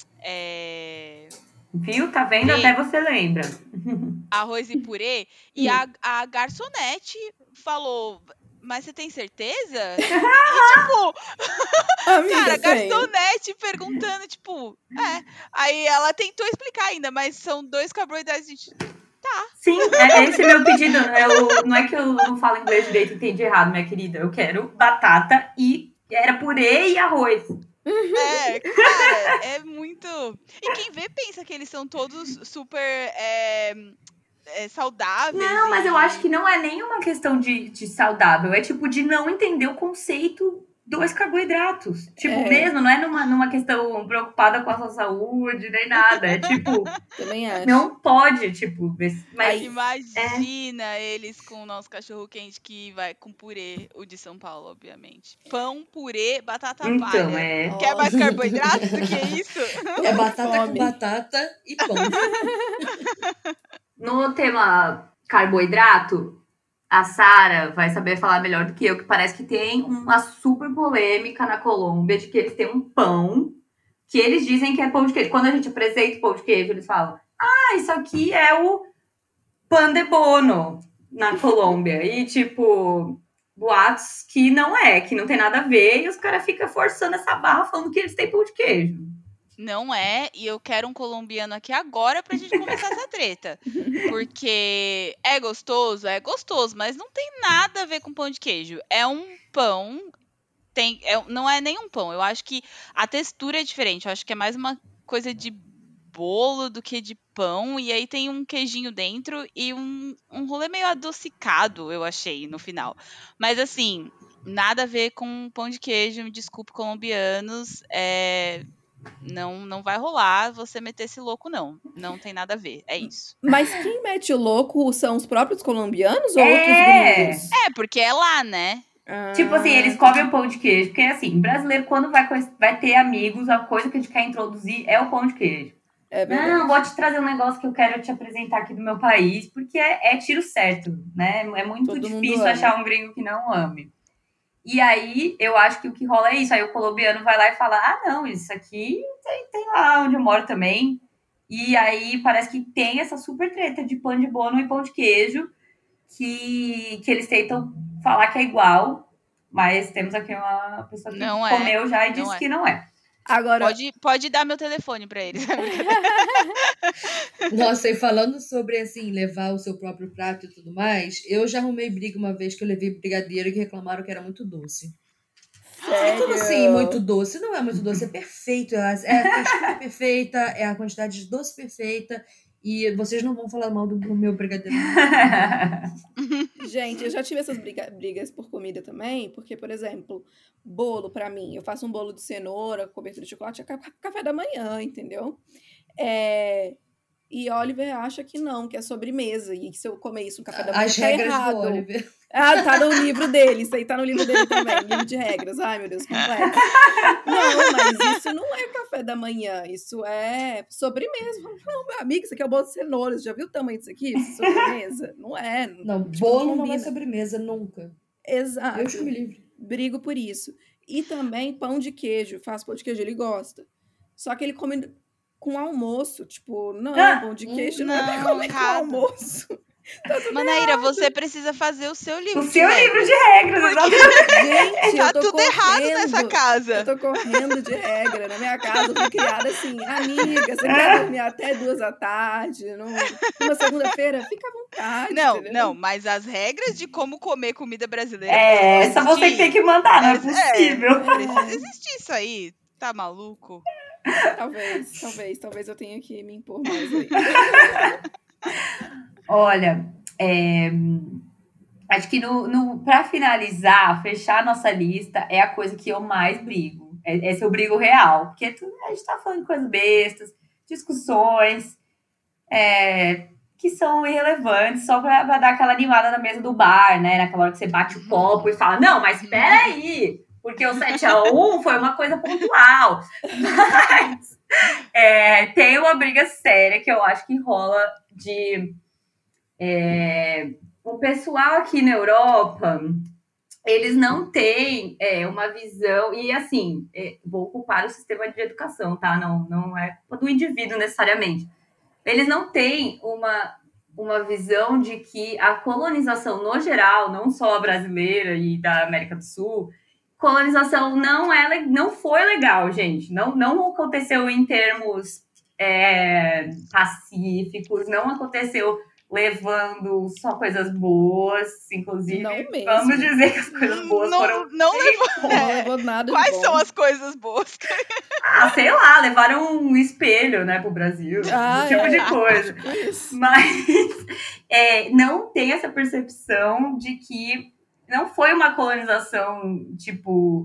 é, Viu? Tá vendo? purê, Até você lembra. arroz e purê, e a, a garçonete falou, mas você tem certeza? E tipo, Amiga, cara, tem. garçonete perguntando, tipo, é. Aí ela tentou explicar ainda, mas são dois carboidratos, gente. Sim, é, esse é meu pedido. Eu, não é que eu não falo inglês direito e entendi errado, minha querida. Eu quero batata e... Era purê e arroz. É, cara, é muito. E quem vê pensa que eles são todos super é, é, saudáveis. Não, mas e... eu acho que não é nem uma questão de, de saudável. É tipo de não entender o conceito dois carboidratos. Tipo, É. mesmo, não é numa, numa questão preocupada com a sua saúde, nem nada. É tipo, Também acho. não pode, tipo, mas Aí- Imagina eles com o nosso cachorro quente que vai com purê, o de São Paulo, obviamente. Pão, purê, batata então, palha. é. Quer mais Nossa. carboidrato do que isso? Tô É com batata com fome. batata e pão. No tema carboidrato, a Sara vai saber falar melhor do que eu, que parece que tem uma super polêmica na Colômbia de que eles têm um pão que eles dizem que é pão de queijo. Quando a gente apresenta o pão de queijo, eles falam: ah, isso aqui é o pan de bono na Colômbia. E, tipo, boatos que não é, que não tem nada a ver, e os caras ficam forçando essa barra falando que eles têm pão de queijo. Não é, e eu quero um colombiano aqui agora pra gente começar essa treta. Porque é gostoso, é gostoso, mas não tem nada a ver com pão de queijo. É um pão, tem, é- não é nem um pão. Eu acho que a textura é diferente. Eu acho que é mais uma coisa de bolo do que de pão. E aí tem um queijinho dentro e um, um rolê meio adocicado, eu achei, no final. Mas assim, nada a ver com pão de queijo. Me desculpe, colombianos. É, não, não vai rolar você meter esse louco, não. Não tem nada a ver. É isso. Mas quem mete o louco são os próprios colombianos ou É. outros gringos? É, porque é lá, né? Tipo assim, Ah, eles comem o pão de queijo, porque assim, brasileiro, quando vai, vai ter amigos, a coisa que a gente quer introduzir é o pão de queijo. é verdade. Não, vou te trazer um negócio que eu quero te apresentar aqui do meu país, porque é, é tiro certo, né? É muito Todo mundo difícil ama. achar um gringo que não ame. E aí, eu acho que o que rola é isso. Aí o colombiano vai lá e fala: ah, não, isso aqui tem, tem lá onde eu moro também. E aí parece que tem essa super treta de pão de bono e pão de queijo, que, que eles tentam falar que é igual, mas temos aqui uma pessoa que Não é, comeu já e não disse é. que não é. Agora, Pode, pode dar meu telefone pra eles. Nossa, e falando sobre, assim, levar o seu próprio prato e tudo mais, eu já arrumei briga uma vez que eu levei brigadeiro que reclamaram que era muito doce. sério. Como assim, muito doce? Não é muito doce, é perfeito. É a, é a textura perfeita, é a quantidade de doce perfeita. E vocês não vão falar mal do, do meu brigadeiro. Gente, eu já tive essas briga- brigas por comida também, porque, por exemplo, bolo pra mim, eu faço um bolo de cenoura, cobertura de chocolate, é ca- café da manhã, entendeu? É, E Oliver acha que não, que é sobremesa, e que se eu comer isso no café da manhã As tá regras errado. do Oliver. Ah, tá no livro dele, isso aí tá no livro dele também, livro de regras. Ai, meu Deus, complexo. Não, mas isso não é café da manhã, isso é sobremesa. Não, meu amigo, isso aqui é o bolo de cenoura, você já viu o tamanho disso aqui? Isso é sobremesa? Não é. Não, tipo, bolo não, combina. é sobremesa, nunca. Exato. Deus que me livre. Brigo por isso. E também pão de queijo, faz pão de queijo, ele gosta. Só que ele come com almoço, tipo, não, Ah, pão de hum, queijo não, é pra não, comer com errado. almoço. Tá tudo Manaíra, você precisa fazer o seu livro o de seu regras. livro de regras, Porque Gente, eu tá tô tudo correndo. errado nessa casa. Eu tô correndo de regra. Na minha casa, eu fui criada assim, amiga, você quer dormir até duas da tarde? Num, numa segunda-feira? Fica à vontade, Não, entendeu? não, mas as regras de como comer comida brasileira É, precisam só você que existir. tem que mandar, não é É, possível. é, precisa existir isso aí. Tá maluco? Talvez, talvez, talvez eu tenha que me impor mais aí. Olha, é, acho que no, no, para finalizar, fechar a nossa lista é a coisa que eu mais brigo. É, esse é o brigo real. Porque tu, a gente tá falando de coisas bestas, discussões é, que são irrelevantes, só pra, pra dar aquela animada na mesa do bar, né? Naquela hora que você bate o copo e fala, não, mas peraí, porque o sete a um foi uma coisa pontual. Mas é, tem uma briga séria que eu acho que rola de... É, o pessoal aqui na Europa, eles não têm é, uma visão, e assim, é, vou culpar o sistema de educação, tá? Não, não é culpa do indivíduo necessariamente. Eles não têm uma, uma visão de que a colonização no geral, não só a brasileira e da América do Sul, colonização não, é, não foi legal, gente. Não, não aconteceu em termos é, pacíficos, não aconteceu levando só coisas boas, inclusive, Não mesmo. vamos dizer que as coisas boas não, foram... Não levou, Não é, levou nada de Quais bom. são as coisas boas? Ah, sei lá, levaram um espelho, né, pro Brasil, Ah, esse tipo é, de coisa. tipo isso. Mas é, não tem essa percepção de que não foi uma colonização, tipo,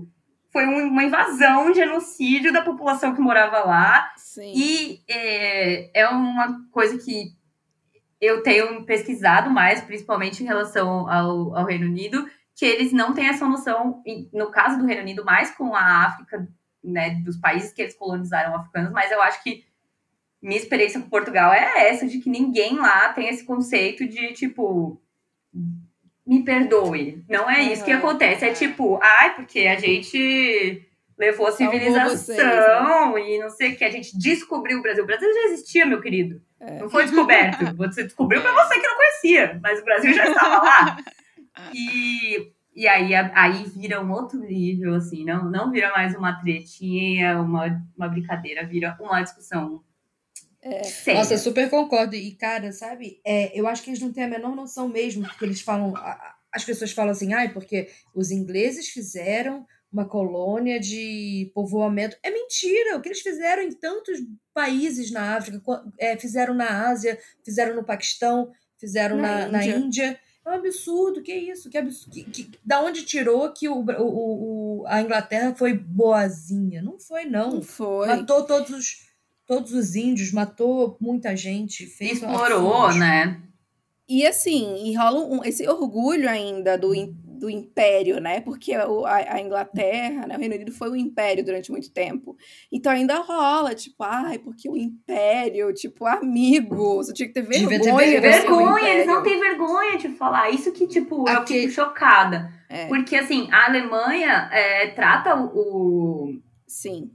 foi um, uma invasão, um genocídio da população que morava lá. Sim. E é, é uma coisa que eu tenho pesquisado mais, principalmente em relação ao, ao Reino Unido, que eles não têm essa noção, no caso do Reino Unido, mais com a África, né, dos países que eles colonizaram africanos, mas eu acho que minha experiência com Portugal é essa, de que ninguém lá tem esse conceito de, tipo, me perdoe. Não é isso que Aham. acontece. É tipo, ai, porque a gente levou a Salvou civilização vocês, né? e não sei o que, a gente descobriu o Brasil. O Brasil já existia, meu querido. É. Não foi descoberto. Você descobriu pra É. você que não conhecia, mas o Brasil já estava lá. E, e aí, aí vira um outro nível, assim, não, não vira mais uma tretinha, uma, uma brincadeira, vira uma discussão É. séria. Nossa, eu super concordo. E, cara, sabe, é, eu acho que eles não têm a menor noção mesmo, porque eles falam, a- a- as pessoas falam assim, ai, porque os ingleses fizeram uma colônia de povoamento. É mentira! O que eles fizeram em tantos países na África, co- é, fizeram na Ásia, fizeram no Paquistão, fizeram Na na, na Índia. Índia. É um absurdo, que isso? Que absurdo, que, que- da onde tirou que o, o, o- a Inglaterra foi boazinha? Não foi, não. Não foi. Matou todos os, todos os índios, matou muita gente, fez Explorou, absurdos. né? E assim, e rola um, esse orgulho ainda do, im- do império, né? Porque o- a, a Inglaterra, né? O Reino Unido foi um império durante muito tempo. Então ainda rola, tipo, ai, porque o império, tipo, amigo, você tinha que ter Devia ter vergonha vergonha. do seu Vergonha, eles não império. têm vergonha de falar. Isso que, tipo, eu Aque- fico chocada. É, Porque, assim, a Alemanha é, trata o, sim.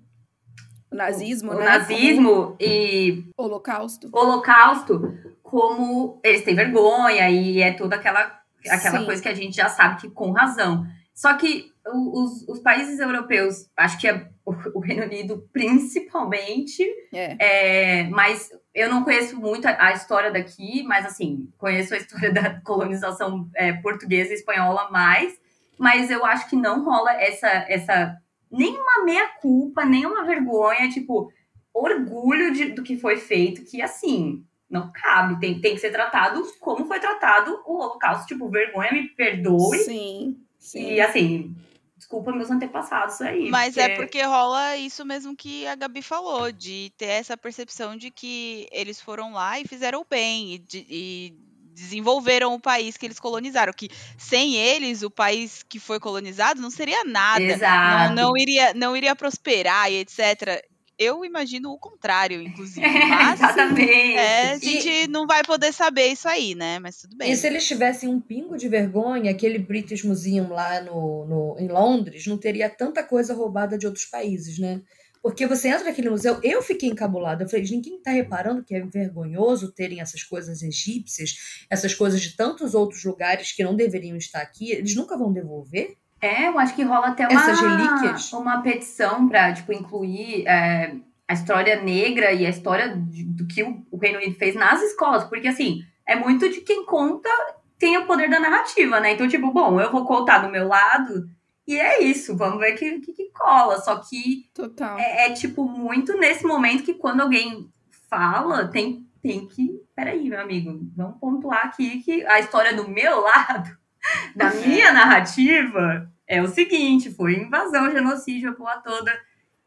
O o, nazismo, o né? nazismo e Como holocausto. o holocausto como eles têm vergonha e é toda aquela, aquela Sim. coisa que a gente já sabe que com razão. Só que o- os, os países europeus, acho que é o, o Reino Unido principalmente, É. é, mas eu não conheço muito a, a história daqui, mas assim, conheço a história da colonização é, portuguesa e espanhola mais, mas eu acho que não rola essa, essa nenhuma meia-culpa, nenhuma vergonha, tipo, orgulho de, do que foi feito, que assim, não cabe, tem, tem que ser tratado como foi tratado o Holocausto, tipo, vergonha, me perdoe, Sim, sim. e assim, desculpa meus antepassados aí. Mas porque... é porque rola isso mesmo que a Gabi falou, de ter essa percepção de que eles foram lá e fizeram o bem, e, de- e desenvolveram o país que eles colonizaram, que sem eles, o país que foi colonizado não seria nada, não, Exato. não, iria, não iria prosperar e etcétera. Eu imagino o contrário, inclusive, mas Exatamente. é, a E- gente não vai poder saber isso aí, né? Mas tudo bem. E se eles tivessem um pingo de vergonha, aquele British Museum lá no, no, em Londres não teria tanta coisa roubada de outros países, né? Porque você entra naquele museu, eu fiquei encabulada. Eu falei, ninguém está reparando que é vergonhoso terem essas coisas egípcias, essas coisas de tantos outros lugares que não deveriam estar aqui, eles nunca vão devolver? É, eu acho que rola até Essas uma, relíquias? uma petição para tipo, incluir é, a história negra e a história de- do que o, o Reino Unido fez nas escolas, porque assim, é muito de quem conta tem o poder da narrativa, né? Então, tipo, bom, eu vou contar do meu lado e é isso, vamos ver o que, que, que cola. Só que Total. é, é, tipo, muito nesse momento que quando alguém fala, tem, tem que. Peraí, meu amigo, vamos pontuar aqui que a história do meu lado, da minha É. narrativa, é o seguinte: foi invasão, genocídio, a porra toda.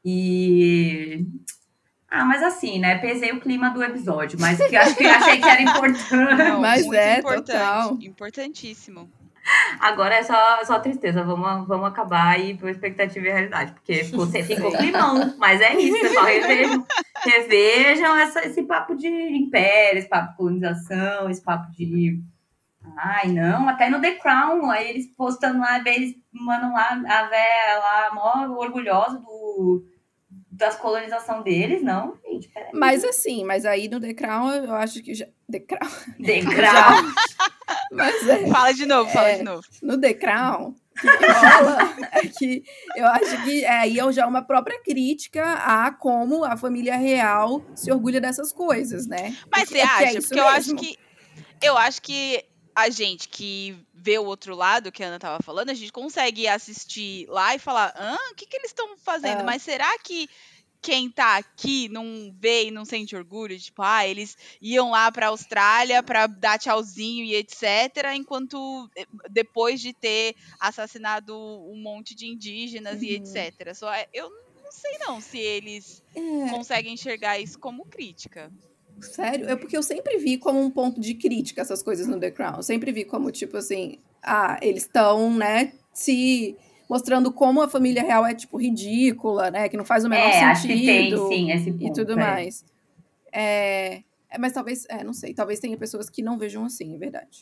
E. Ah, mas assim, né? Pesei o clima do episódio, mas que acho que achei que era importante. Não, Mas muito é, importante, total. importantíssimo. Agora é só, só tristeza. Vamos, vamos acabar aí por expectativa e realidade. Porque você ficou Sim. climão. Mas é isso, pessoal. Revejam, revejam essa, esse papo de império, esse papo de colonização, esse papo de. Ai, não, até no The Crown, aí eles postando lá, eles mandam lá a véia lá, mó orgulhosa do, das colonização deles. Não, gente, peraí. Mas assim, mas aí no The Crown eu acho que já. The Crown. The Crown. Já. Mas é. Fala de novo, fala É. de novo. No The Crown, o que, que rola é que eu acho que é, aí é já uma própria crítica a como a família real se orgulha dessas coisas, né? Mas Porque- você é porque é acha? isso Porque eu acho mesmo. que eu acho que a gente que vê o outro lado, que a Ana tava falando, a gente consegue assistir lá e falar, hã, o que, que eles estão fazendo? Ah. Mas será que quem tá aqui não vê e não sente orgulho, tipo, ah, eles iam lá pra Austrália pra dar tchauzinho e etcétera, enquanto depois de ter assassinado um monte de indígenas e etcétera. Só eu não sei não se eles É, conseguem enxergar isso como crítica. sério? É porque eu sempre vi como um ponto de crítica essas coisas no The Crown. Eu sempre vi como, tipo assim, ah, eles estão, né, se mostrando como a família real é, tipo, ridícula, né, que não faz o menor É, acho que tem, sentido sim, esse e ponto. tudo é. mais. É, é, mas talvez, é, não sei, talvez tenha pessoas que não vejam assim, é verdade.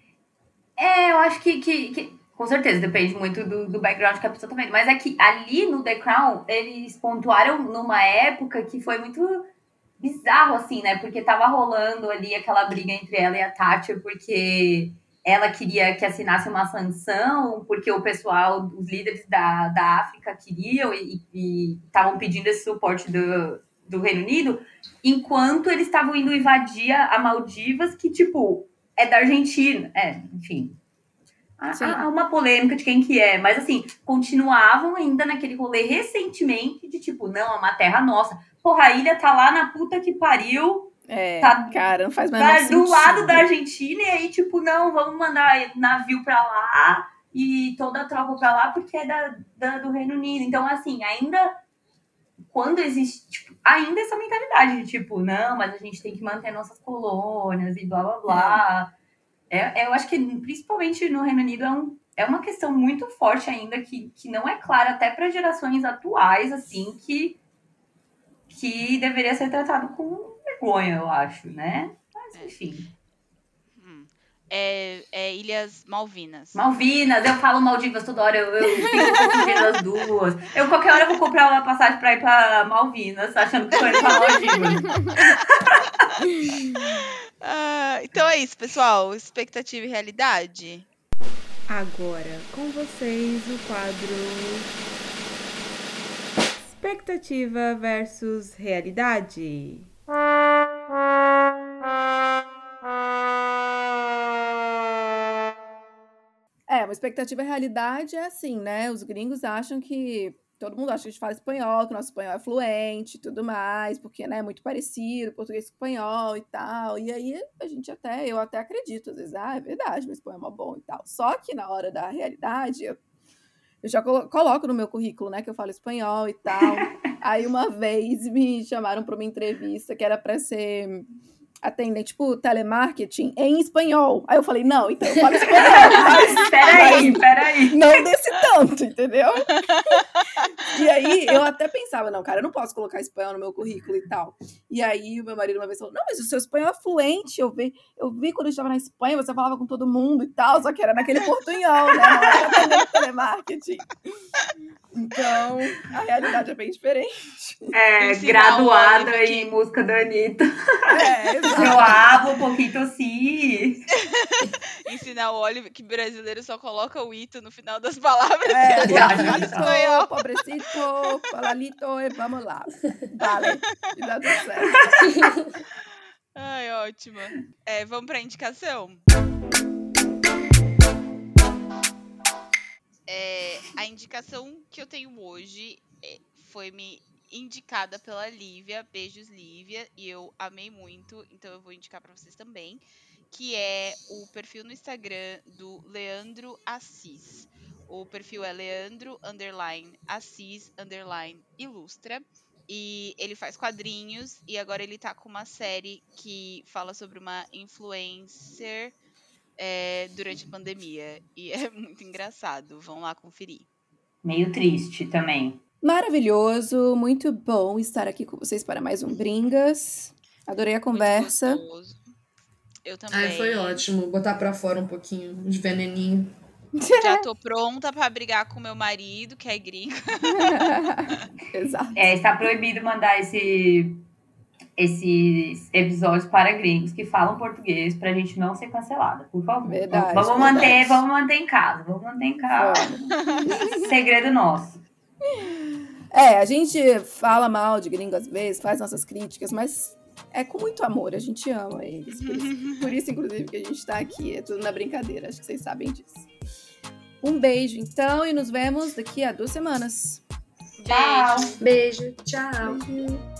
É, eu acho que, que, que- com certeza, depende muito do, do background que a pessoa tá vendo. Mas é que ali no The Crown, eles pontuaram numa época que foi muito bizarro, assim, né? Porque tava rolando ali aquela briga entre ela e a Thatcher, porque ela queria que assinasse uma sanção, porque o pessoal, os líderes da, da África queriam e estavam pedindo esse suporte do, do Reino Unido, enquanto eles estavam indo invadir a Maldivas, que, tipo, é da Argentina. É, enfim. Sim. Há há uma polêmica de quem que é, mas assim, continuavam ainda naquele rolê recentemente de tipo, não, é uma terra nossa. Porra, a ilha tá lá na puta que pariu, É, tá cara, não faz mais da- menor do lado sentido. da Argentina, e aí, tipo, não, vamos mandar navio pra lá e toda a tropa pra lá porque é da, da- do Reino Unido. Então, assim, ainda quando existe, tipo, ainda essa mentalidade de tipo, não, mas a gente tem que manter nossas colônias e blá blá blá. É, eu acho que, principalmente no Reino Unido, é, um, é uma questão muito forte ainda, que, que não é clara até para gerações atuais, assim, que, que deveria ser tratado com vergonha, eu acho, né? Mas, É. enfim. Hum. É, é Ilhas Malvinas. Malvinas, eu falo Maldivas toda hora, eu, eu fico confundindo as duas. Eu, qualquer hora, eu vou comprar uma passagem para ir para Malvinas, achando que tô indo para Maldivas. Ah, então é isso, pessoal. Expectativa e realidade. Agora, com vocês, o quadro Expectativa versus Realidade. É, uma expectativa e realidade é assim, né? Os gringos acham que. Todo mundo acha que a gente fala espanhol, que o nosso espanhol é fluente e tudo mais, porque né, é muito parecido, português com espanhol e tal. E aí a gente até, eu até acredito, às vezes, ah, é verdade, meu espanhol é mó bom e tal. Só que na hora da realidade, eu, eu já colo- coloco no meu currículo, né, que eu falo espanhol e tal. Aí uma vez me chamaram para uma entrevista que era para ser atendente, tipo, telemarketing em espanhol. Aí eu falei, não, então eu falo espanhol, mas, Peraí, mas peraí. não desse tanto, entendeu? E aí eu até pensava, não, cara, eu não posso colocar espanhol no meu currículo e tal. E aí o meu marido uma vez falou, não, mas o seu espanhol é fluente, eu vi, eu vi quando eu estava na Espanha, você falava com todo mundo e tal, só que era naquele portunhol, né, não era atendendo telemarketing. Então, a realidade é bem diferente. É, Ensinar o graduada Oliver em que- música da Anitta. É, Eu exato. hablo um pouquinho sim. Ensinar o Oliver que brasileiro só coloca o ito no final das palavras. É, e fala espanhol. Diosito, pobrecito, palalito, e vamos lá. Vale, e dá tudo certo. Ai, ótima. É, vamos pra indicação? É, a indicação que eu tenho hoje é, foi me indicada pela Lívia, beijos Lívia, e eu amei muito, então eu vou indicar pra vocês também, que é o perfil no Instagram do Leandro Assis. O perfil é Leandro underline Assis underline Ilustra. E ele faz quadrinhos e agora ele tá com uma série que fala sobre uma influencer é, durante a pandemia. E é muito engraçado. Vão lá conferir. Meio triste também. Maravilhoso, muito bom estar aqui com vocês para mais um Bringas. Adorei a conversa. Muito gostoso. Eu também. Ai, foi ótimo. Botar pra fora um pouquinho de veneninho. Já tô pronta pra brigar com meu marido, que é gringo. Exato. É, está proibido mandar esse, esses episódios para gringos que falam português pra gente não ser cancelada, por favor. Verdade, vamos verdade. manter, vamos manter em casa, vamos manter em casa. Vamos. Segredo nosso. É, a gente fala mal de gringo às vezes, faz nossas críticas, mas é com muito amor, a gente ama eles. Por isso, por isso, inclusive, que a gente tá aqui. É tudo na brincadeira, acho que vocês sabem disso. Um beijo, então, e nos vemos daqui a duas semanas. Tchau. Beijo, tchau. Beijo.